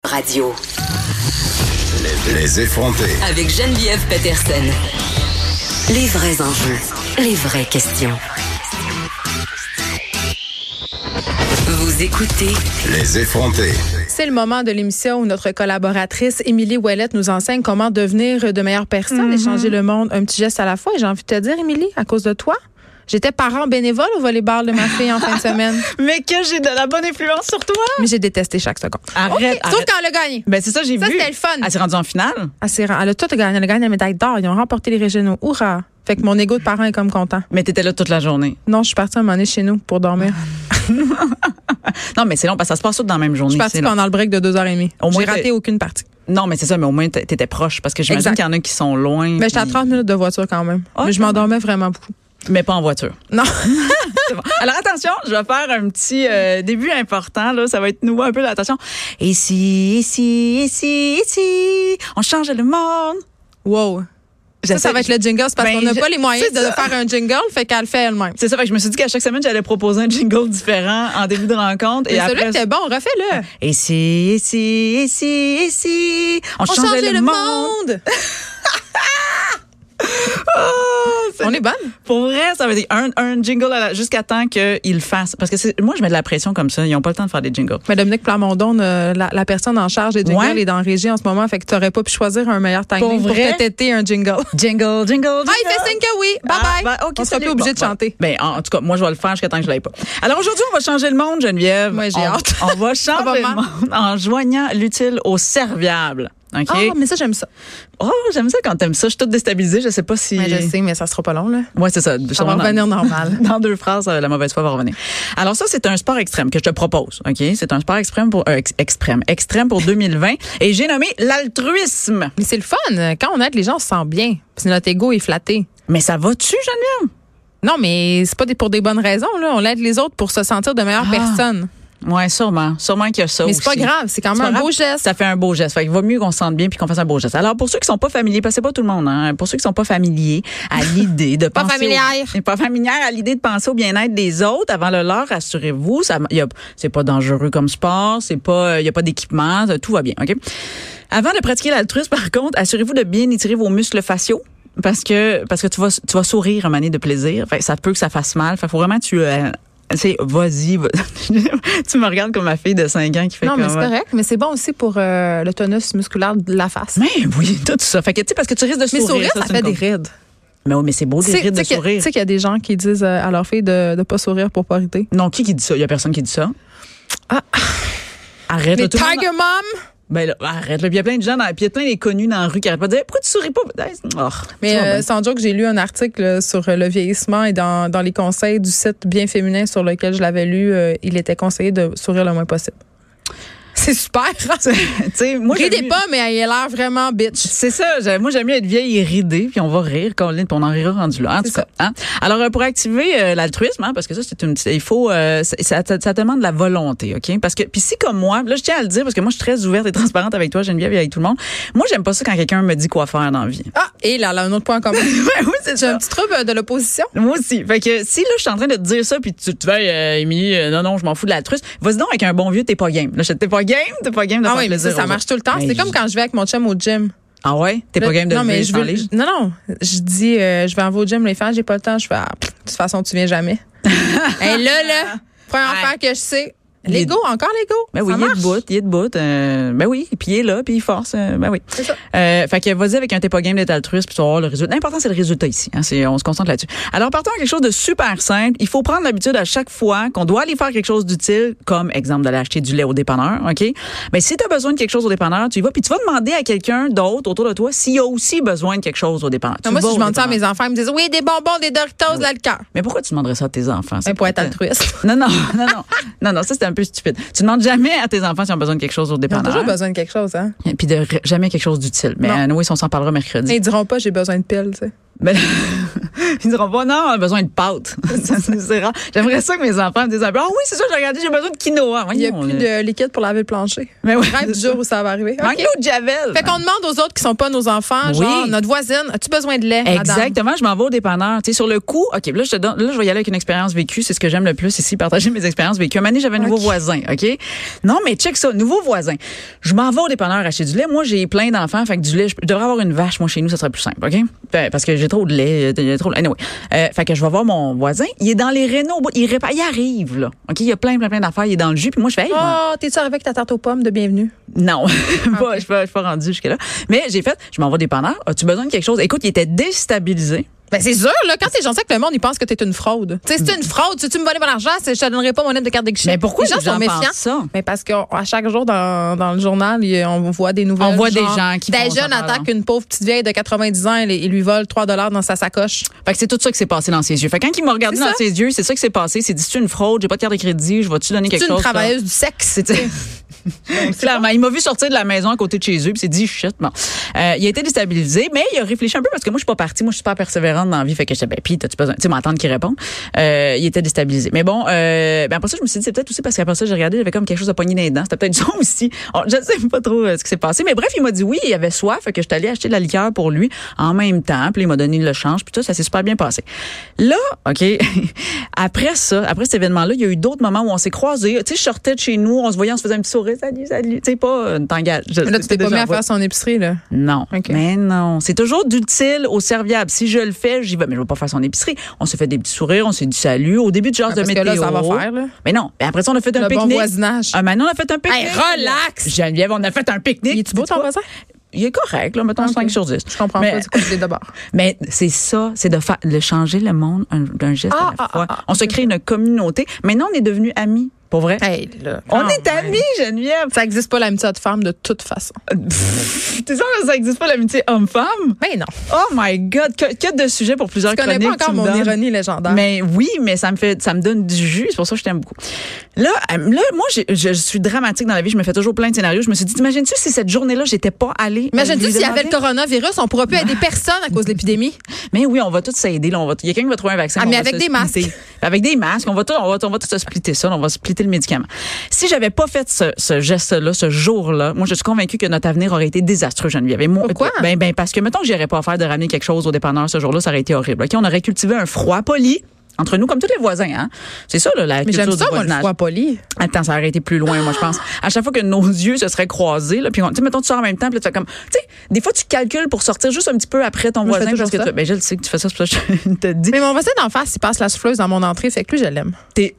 Radio. Les effrontés. Avec Geneviève Peterson. Les vrais enjeux, les vraies questions. Vous écoutez Les effrontés. C'est le moment de l'émission où notre collaboratrice Émilie Ouellette nous enseigne comment devenir de meilleures personnes et changer le monde un petit geste à la fois. Et j'ai envie de te dire, Émilie, à cause de toi, j'étais parent bénévole au volleyball de ma fille en fin de semaine. Mais que j'ai de la bonne influence sur toi. Mais j'ai détesté chaque seconde. Arrête. Sauf quand elle a gagné. Ben c'est ça, j'ai vu. Ça, c'était le fun. Elle s'est rendue en finale. Elle a tout gagné. Elle a gagné la médaille d'or. Ils ont remporté les régionaux. Hurrah! Fait que mon ego de parent est comme content. Mais t'étais là toute la journée. Non, je suis partie à un moment donné chez nous pour dormir. Non, mais c'est long parce que ça se passe tout dans la même journée. Je suis partie pendant le break de 2h30. J'ai raté aucune partie. Non, mais c'est ça, mais au moins t'étais proche parce que j'imagine qu'il y en a qui sont loin. Mais j'étais à 30 minutes de voiture quand même. Mais je m'endormais vraiment beaucoup. Mais pas en voiture. Non. C'est bon. Alors attention, je vais faire un petit début important. Là, ça va être nouveau un peu. Là, attention. Ici, on change le monde. Wow. Ça va être le jingle, c'est parce qu'on n'a pas les moyens de faire un jingle, fait qu'elle le fait elle-même. C'est ça, fait que je me suis dit qu'à chaque semaine, j'allais proposer un jingle différent en début de rencontre. Mais celui-là était bon, refais-le. Ici, on change le monde. On est bonne. Pour vrai, ça veut dire un jingle jusqu'à temps qu'il fasse. Parce que moi, je mets de la pression comme ça. Ils n'ont pas le temps de faire des jingles. Mais Dominique Plamondon, la personne en charge des jingles, est dans la régie en ce moment. Fait que tu n'aurais pas pu choisir un meilleur timing pour te têter un jingle. Jingle. Ah, il fait signe que oui. Bye-bye. Okay, on sera plus obligé de chanter. Ben, en tout cas, moi, je vais le faire jusqu'à temps que je l'aille pas. Alors aujourd'hui, on va changer le monde, Geneviève. Moi, j'ai hâte. On va changer le monde en joignant l'utile au serviable. Okay. Ah, mais ça, j'aime ça. Oh, j'aime ça quand t'aimes ça. Je suis toute déstabilisée. Je sais pas si. Mais je sais, mais ça sera pas long, là. Ouais, c'est ça. Ça va revenir normal. Dans 2 phrases, la mauvaise foi va revenir. Alors ça, c'est un sport extrême que je te propose. OK? C'est un sport extrême pour 2020. Et j'ai nommé l'altruisme. Mais c'est le fun. Quand on aide les gens, on se sent bien. Parce que notre ego est flatté. Mais ça va-tu, Geneviève? Non, mais c'est pas pour des bonnes raisons, là. On aide les autres pour se sentir de meilleures personnes. Ouais, sûrement. Sûrement qu'il y a ça aussi. Mais c'est pas grave, c'est quand même un beau geste. Ça fait un beau geste. Fait qu'il vaut mieux qu'on se sente bien puis qu'on fasse un beau geste. Alors, pour ceux qui sont pas familiers, parce que c'est pas tout le monde, hein. Pour ceux qui sont pas familiers à l'idée de penser. Pas familière à l'idée de penser au bien-être des autres avant le leur, rassurez-vous. C'est pas dangereux comme sport. Il y a pas d'équipement. Tout va bien, OK? Avant de pratiquer l'altruisme, par contre, assurez-vous de bien étirer vos muscles faciaux. Parce que tu vas sourire un moment donné de plaisir. Fait que ça peut que ça fasse mal. Fait faut vraiment vas-y. Tu me regardes comme ma fille de 5 ans qui fait. Non, mais c'est correct. Mais c'est bon aussi pour le tonus musculaire de la face. Mais oui, tout ça. Fait que, tu sais, parce que tu risques de sourire. Mais sourire, ça fait des rides. Mais oui, mais c'est beau, des rides de sourire. Tu sais qu'il y a des gens qui disent à leur fille de pas sourire pour pas rider. Non, qui dit ça? Il y a personne qui dit ça. Ah. Arrête. Les Tiger Mom! Ben là, arrête. Puis il y a plein de gens, puis il y a plein des connus dans la rue qui arrêtent pas de dire pourquoi tu souris pas? Mais sans joke, j'ai lu un article sur le vieillissement et dans les conseils du site Bien Féminin sur lequel je l'avais lu, il était conseillé de sourire le moins possible. C'est super. Moi, ridez pas, mais elle a l'air vraiment bitch. C'est ça. Moi, j'aime mieux être vieille et ridée, puis on va rire, Colin, puis on en rira rendu là. En tout cas, hein? Alors, pour activer l'altruisme, hein, parce que ça, il faut, ça demande de la volonté, OK? Parce que, puis si comme moi, là, je tiens à le dire, parce que moi, je suis très ouverte et transparente avec toi, Geneviève, et avec tout le monde. Moi, j'aime pas ça quand quelqu'un me dit quoi faire dans la vie. Ah, et là, un autre point en commun. Oui, c'est ça. J'ai un petit trouble de l'opposition. Moi aussi. Fait que si là, je suis en train de te dire ça, puis tu vas, Émilie, non, je m'en fous de l'altruisme. Vas-y donc avec un bon vieux, t'es pas game. Là, t'es pas game de faire plaisir. Ça marche tout le temps. C'est comme quand je vais avec mon chum au gym. Ah ouais? T'es pas game de mais Non. Je dis, je vais en au gym les faire, j'ai pas le temps. Je fais, de toute façon, tu viens jamais. Et là, première affaire que je sais, L'ego, encore l'ego. Ben oui, il est debout. Ben oui, puis il est là, puis il force. Ben oui. C'est ça. Fait que vas-y avec un t'es pas game d'être altruiste, puis tu vas voir le résultat. L'important, c'est le résultat ici. Hein, on se concentre là-dessus. Alors, partons à quelque chose de super simple. Il faut prendre l'habitude à chaque fois qu'on doit aller faire quelque chose d'utile, comme exemple d'aller acheter du lait au dépanneur, OK? Ben si tu as besoin de quelque chose au dépanneur, tu y vas, puis tu vas demander à quelqu'un d'autre autour de toi s'il a aussi besoin de quelque chose au dépanneur. Moi, si je demande ça à mes enfants, ils me disent oui, des bonbons, des Doritos, là le cœur. Mais pourquoi tu demanderais ça à tes enfants? Pour être altruiste. Non, ça c'était un peu stupide. Tu demandes jamais à tes enfants s'ils ont besoin de quelque chose au dépanneur. Ils ont toujours besoin de quelque chose, hein? Et puis jamais quelque chose d'utile. Mais nous, on s'en parlera mercredi. Et ils diront pas j'ai besoin de piles, tu sais. Ben, ils diront pas, non, on a besoin de pâtes. C'est rare. J'aimerais ça que mes enfants me disent un peu, oui, c'est ça, j'ai regardé, j'ai besoin de quinoa. Il n'y a plus de liquide pour laver le plancher. Mais oui. Rêve du jour où ça va arriver. Manque l'eau de Javel. Fait qu'on demande aux autres qui sont pas nos enfants, genre, notre voisine, as-tu besoin de lait, Exactement, madame? je m'en vais au dépanneur. Tu sais, sur le coup, OK, là, je vais y aller avec une expérience vécue. C'est ce que j'aime le plus ici, partager mes expériences vécues. Un moment donné, j'avais un nouveau voisin, OK? Non, mais check ça, nouveau voisin. Je m'en vais au dépanneur acheter du lait. Moi, j'ai plein d'enfants, fait que du lait, je devrais avoir une vache, moi, chez nous, ça serait plus simple, OK? Parce que j'ai trop de lait, anyway. Fait que je vais voir mon voisin, il est dans les rénaux, il arrive, là. OK, il y a plein d'affaires, il est dans le jus, puis moi, je fais, t'es-tu arrivé avec ta tarte aux pommes de bienvenue? Non, je suis pas rendue jusque-là. Mais je m'en vais au dépanneur. As-tu besoin de quelque chose? Écoute, il était déstabilisé. Ben c'est sûr, là, quand t'es gentil avec le monde, ils pensent que t'es une fraude. Tu sais, c'est une fraude. Si tu me volais mon argent, je te donnerai pas mon lettre de carte de guichet. Mais pourquoi les gens sont méfiants? Ça? Mais parce qu'à chaque jour dans le journal, on voit des nouvelles. On voit des gens qui des jeunes attaquent une pauvre petite vieille de 90 ans et lui volent $3 dans sa sacoche. Fait que c'est tout ça qui s'est passé dans ses yeux. Fait que quand il m'a regardé dans ses yeux, c'est ça qui s'est passé. C'est dit, c'est une fraude, j'ai pas de carte de crédit, je vais-tu donner quelque chose? C'est une travailleuse du sexe. Clairement, il m'a vu sortir de la maison à côté de chez eux, puis s'est dit shit. Bon, il a été déstabilisé, mais il a réfléchi un peu parce que moi je suis pas partie, moi je suis super persévérante dans la vie, fait que j'étais puis t'as-tu besoin, tu sais, m'entendre qu'il répond. Il était déstabilisé. Mais bon, après ça je me suis dit c'est peut-être aussi parce qu'après ça j'ai regardé, j'avais comme quelque chose à pogner dans les dents, c'était peut-être ça aussi. Je sais pas trop ce qui s'est passé, mais bref il m'a dit oui, il avait soif, fait que j'étais allée acheter de la liqueur pour lui en même temps, puis il m'a donné le change, puis tout ça s'est super bien passé. Là, ok, après cet événement-là, il y a eu d'autres moments où on s'est croisés. Tu sais, je sortais de chez nous, on se voyait, on se faisait un petit sourire, salut. Tu sais, pas, t'engages. Là, tu t'es pas mis à faire son épicerie, là? Non. Okay. Mais non. C'est toujours d'utile au serviable. Si je le fais, j'y vais. Mais je vais pas faire son épicerie. On se fait des petits sourires, on s'est dit salut. Au début de genre de météo. Parce que là, ça va faire, là. Mais non. Mais après ça, on a fait un pique-nique. Bon voisinage. Maintenant, on a fait un pique-nique. Hey, relax! Geneviève, on a fait un pique-nique. Il est-tu beau, ton voisin? Il est correct, là, mettons 5 sur 10. Je comprends pas du côté d'abord. Mais c'est ça, c'est de changer le monde d'un geste à la fois. On se crée une communauté. Maintenant, on est devenus amis. Pour vrai? Hey, là, on est amis, Geneviève. Ça n'existe pas l'amitié homme-femme de toute façon. T'es sûr que ça n'existe pas l'amitié homme-femme? Ben non. Oh my God. Que de sujets pour plusieurs chroniques. Tu connais pas encore mon ironie légendaire. Mais oui, mais ça me donne du jus. C'est pour ça que je t'aime beaucoup. Là, moi, je suis dramatique dans la vie. Je me fais toujours plein de scénarios. Je me suis dit, t'imagines-tu si cette journée-là, j'étais pas allée? Imagine-tu s'il y avait le coronavirus, on pourrait plus aider personne à cause de l'épidémie. Mais oui, on va tous s'aider. Il y a quelqu'un qui va trouver un vaccin. Mais avec des masques. Avec des masques. On va tous se splitter ça. On va splitter le médicament. Si j'avais pas fait ce geste-là, ce jour-là, moi, je suis convaincue que notre avenir aurait été désastreux, Geneviève. Pourquoi? Ben, parce que, mettons que j'irais pas faire de ramener quelque chose au dépanneur ce jour-là, ça aurait été horrible. OK? On aurait cultivé un froid poli. Entre nous, comme tous les voisins, hein. C'est ça, là, la culture du voisinage. Mais j'aime ça, moi, le froid poli. Attends, ça aurait été plus loin, moi, je pense. À chaque fois que nos yeux se seraient croisés, là, puis, tu sais, mettons, tu sors en même temps, puis tu fais comme, tu sais, des fois, tu calcules pour sortir juste un petit peu après ton voisin, parce que ben, je le sais que tu fais ça, c'est pour ça que je te dis. Mais mon voisin d'en face, il passe la souffleuse dans mon entrée, fait que lui, je l'aime.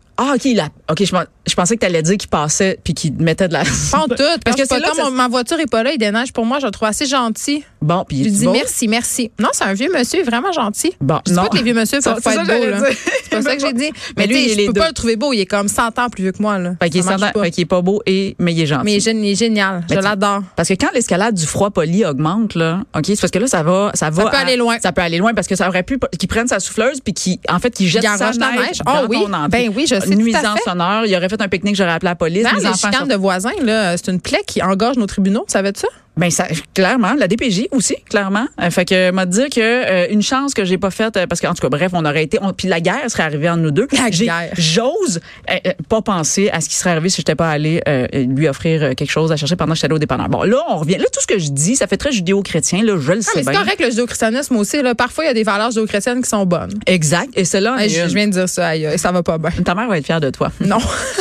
OK, je pensais que tu allais dire qu'il passait puis qu'il mettait de la... Pas en tout. Parce que c'est là quand ma voiture est pas là, il déneige pour moi, je le trouve assez gentil. Bon, puis je lui dis merci. Non, c'est un vieux monsieur, vraiment gentil. Bon, je dis pas que les vieux monsieur peuvent pas être beaux, là. C'est pas ça que j'ai dit. Mais lui, je peux pas le trouver beau, il est comme 100 ans plus vieux que moi, là. Fait qu'il est pas beau mais il est gentil. Mais il est génial, je l'adore. Parce que quand l'escalade du froid poli augmente, là, OK, c'est parce que là ça peut aller loin. Ça peut aller loin parce que ça aurait pu qu'il prenne sa souffleuse puis qu'il jette sa neige dans ton entrée. Ben oui, je sais. Nuisance sonore, il aurait fait un pique-nique, j'aurais appelé la police. Les chicanes de voisins, là, c'est une plaie qui engorge nos tribunaux, tu savais de ça? Ben ça, clairement, la DPJ aussi, clairement. Fait que m'a dit que une chance que j'ai pas faite parce qu'en tout cas, bref, on aurait été, puis la guerre serait arrivée entre nous deux. J'ose pas penser à ce qui serait arrivé si j'étais pas allée lui offrir quelque chose à chercher pendant que j'étais allée au dépanneur. Bon, là, on revient. Là, tout ce que je dis, ça fait très judéo-chrétien. Là, je le sais bien. C'est correct le judéo-christianisme aussi. Là, parfois, il y a des valeurs judéo-chrétiennes qui sont bonnes. Exact. Et celle-là, je viens de dire ça. Et ça va pas bien. Ta mère va être fière de toi. Non.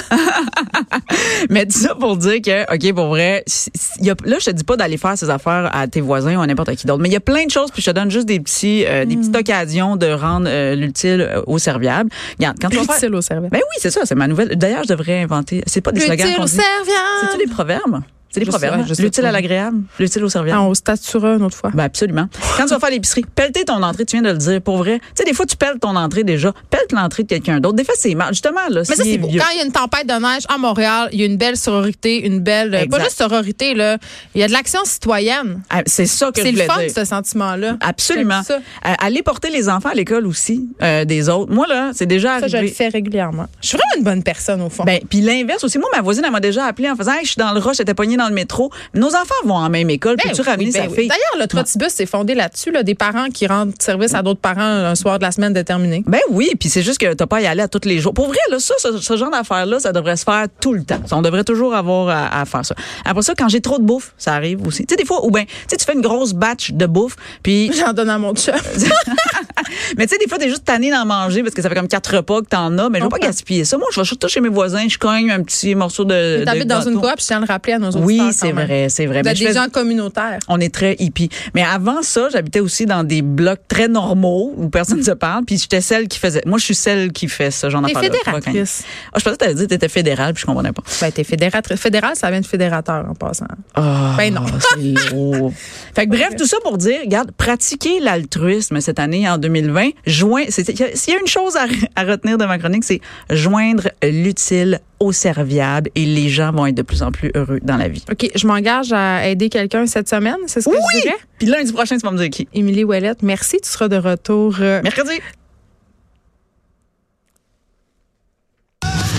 Mais tout ça pour dire que, OK, pour vrai, là, je te dis pas d'aller faire ces affaires à tes voisins ou à n'importe qui d'autre. Mais il y a plein de choses, puis je te donne juste des petites occasions de rendre l'utile au serviable. Regarde, quand l'utile au serviable. Ben oui, c'est ça, c'est ma nouvelle. D'ailleurs, je devrais inventer. C'est pas des slogans. L'utile au serviable. C'est-tu des proverbes? C'est des proverbes. L'utile à l'agréable, l'utile au serviable. On se statuera une autre fois. Ben absolument. Quand tu vas faire l'épicerie, pelleter ton entrée, tu viens de le dire, pour vrai. Tu sais, des fois, tu pelles ton entrée déjà. Pelle l'entrée de quelqu'un d'autre. Des fois, c'est mal. Justement, là, mais ça, c'est beau. Quand il y a une tempête de neige à Montréal, il y a une belle sororité, pas juste sororité, là. Il y a de l'action citoyenne. C'est ça que je voulais dire. C'est le fun, ce sentiment-là. Absolument. Aller porter les enfants à l'école aussi, des autres. Moi, là, c'est déjà arrivé. Ça, je le fais régulièrement. Je suis vraiment une bonne personne, au fond. Ben, puis l'inverse aussi. Moi, ma voisine, elle m'a déjà appelé en faisant, hey, je suis dans le rush, j'étais pognée dans dans le métro. Nos enfants vont en même école. Peux-tu ramener sa fille? D'ailleurs, le Trottibus, c'est fondé là-dessus, là, des parents qui rendent service à d'autres parents un soir de la semaine déterminé. Ben oui, puis c'est juste que t'as pas à y aller à tous les jours. Pour vrai, là, ce genre d'affaires-là, ça devrait se faire tout le temps. On devrait toujours avoir à faire ça. Après ça, quand j'ai trop de bouffe, ça arrive aussi. Tu sais, des fois, ou ben, tu fais une grosse batch de bouffe, puis j'en donne à mon chef. Mais tu sais, des fois, t'es juste tanné d'en manger parce que ça fait comme 4 repas que t'en as. Mais je vais pas gaspiller ça. Moi, je vais surtout chez mes voisins, je cogne un petit morceau de. T'habites dans une coop, je tiens à le rappeler à nos auditeurs. Oui, c'est vrai. Vous êtes des gens communautaires. On est très hippie. Mais avant ça, j'habitais aussi dans des blocs très normaux où personne ne se parle. Puis j'étais celle qui faisait. Moi, je suis celle qui fait ça. J'en ai parlé. T'es fédératrice. Je pensais que t'allais dire que t'étais fédérale, puis je comprenais pas. Ben, t'es fédératrice. Fédéral, ça vient de fédérateur en passant. Ben non. C'est fait que bref, tout ça pour dire, regarde, pratiquer l'altruisme cette année en 2020. S'il y a une chose à retenir de ma chronique, c'est joindre l'utile au serviable et les gens vont être de plus en plus heureux dans la vie. OK, je m'engage à aider quelqu'un cette semaine, c'est ce que je dirais? Puis lundi prochain, tu vas me dire qui? Émilie Ouellette, merci, tu seras de retour mercredi.